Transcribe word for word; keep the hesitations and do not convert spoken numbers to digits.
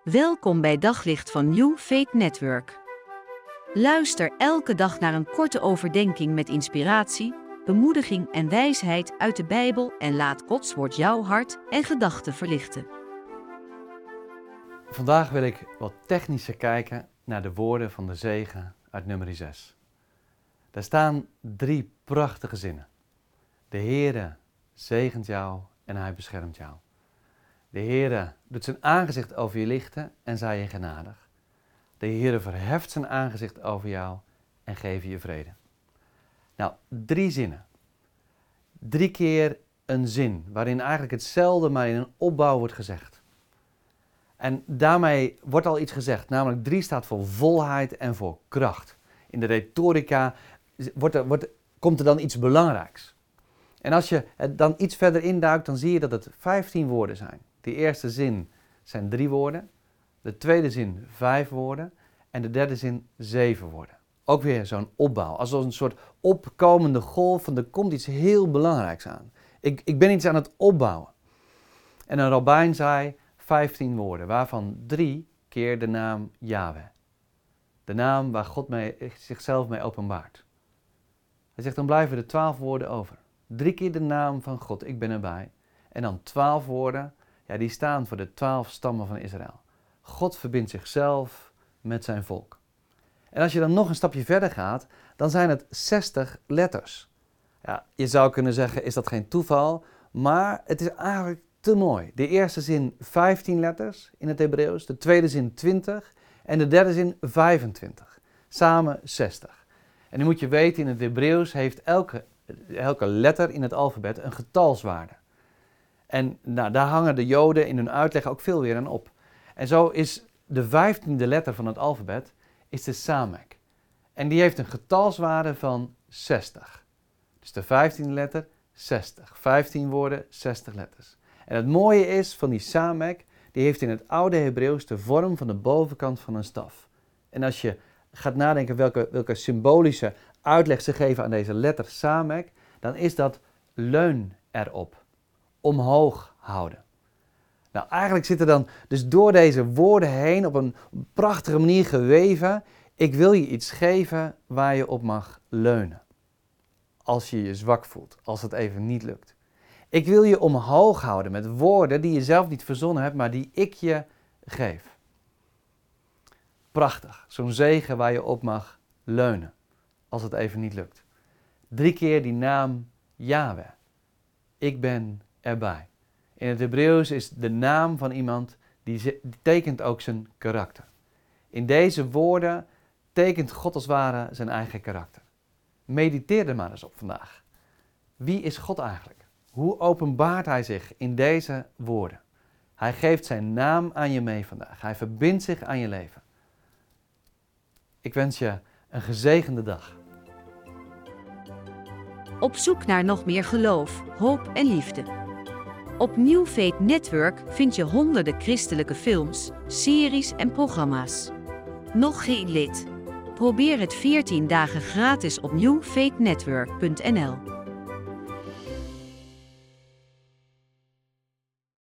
Welkom bij Daglicht van New Faith Network. Luister elke dag naar een korte overdenking met inspiratie, bemoediging en wijsheid uit de Bijbel en laat Gods woord jouw hart en gedachten verlichten. Vandaag wil ik wat technischer kijken naar de woorden van de zegen uit nummer zes. Daar staan drie prachtige zinnen. De Heere zegent jou en hij beschermt jou. De Heere doet zijn aangezicht over je lichten en zij je genadig. De Heere verheft zijn aangezicht over jou en geeft je vrede. Nou, drie zinnen. Drie keer een zin waarin eigenlijk hetzelfde maar in een opbouw wordt gezegd. En daarmee wordt al iets gezegd, namelijk drie staat voor volheid en voor kracht. In de retorica wordt er, wordt, komt er dan iets belangrijks. En als je het dan iets verder induikt, dan zie je dat het vijftien woorden zijn. De eerste zin zijn drie woorden, de tweede zin vijf woorden en de derde zin zeven woorden. Ook weer zo'n opbouw, alsof een soort opkomende golf van er komt iets heel belangrijks aan. Ik, ik ben iets aan het opbouwen. En een rabbijn zei vijftien woorden, waarvan drie keer de naam Yahweh. De naam waar God mee, zichzelf mee openbaart. Hij zegt, dan blijven er twaalf woorden over. Drie keer de naam van God, ik ben erbij. En dan twaalf woorden, ja, die staan voor de twaalf stammen van Israël. God verbindt zichzelf met zijn volk. En als je dan nog een stapje verder gaat, dan zijn het zestig letters. Ja, je zou kunnen zeggen, is dat geen toeval? Maar het is eigenlijk te mooi. De eerste zin vijftien letters in het Hebreeuws, de tweede zin twintig en de derde zin vijfentwintig. Samen zestig. En nu moet je weten, in het Hebreeuws heeft elke, elke letter in het alfabet een getalswaarde. En nou, daar hangen de Joden in hun uitleg ook veel weer aan op. En zo is de vijftiende letter van het alfabet is de Samek. En die heeft een getalswaarde van zestig. Dus de vijftiende letter, zestig. vijftien woorden, zestig letters. En het mooie is van die Samek, die heeft in het oude Hebreeuws de vorm van de bovenkant van een staf. En als je gaat nadenken welke, welke symbolische uitleg ze geven aan deze letter Samek, dan is dat leun erop. Omhoog houden. Nou, eigenlijk zit er dan dus door deze woorden heen op een prachtige manier geweven, ik wil je iets geven waar je op mag leunen. Als je je zwak voelt, als het even niet lukt. Ik wil je omhoog houden met woorden die je zelf niet verzonnen hebt, maar die ik je geef. Prachtig, zo'n zegen waar je op mag leunen, als het even niet lukt. Drie keer die naam Yahweh. Ik ben erbij. In het Hebreeuws is de naam van iemand, die, die tekent ook zijn karakter. In deze woorden tekent God als het ware zijn eigen karakter. Mediteer er maar eens op vandaag. Wie is God eigenlijk? Hoe openbaart hij zich in deze woorden? Hij geeft zijn naam aan je mee vandaag. Hij verbindt zich aan je leven. Ik wens je een gezegende dag. Op zoek naar nog meer geloof, hoop en liefde. Op New Faith Network vind je honderden christelijke films, series en programma's. Nog geen lid? Probeer het veertien dagen gratis op new faith network punt n l.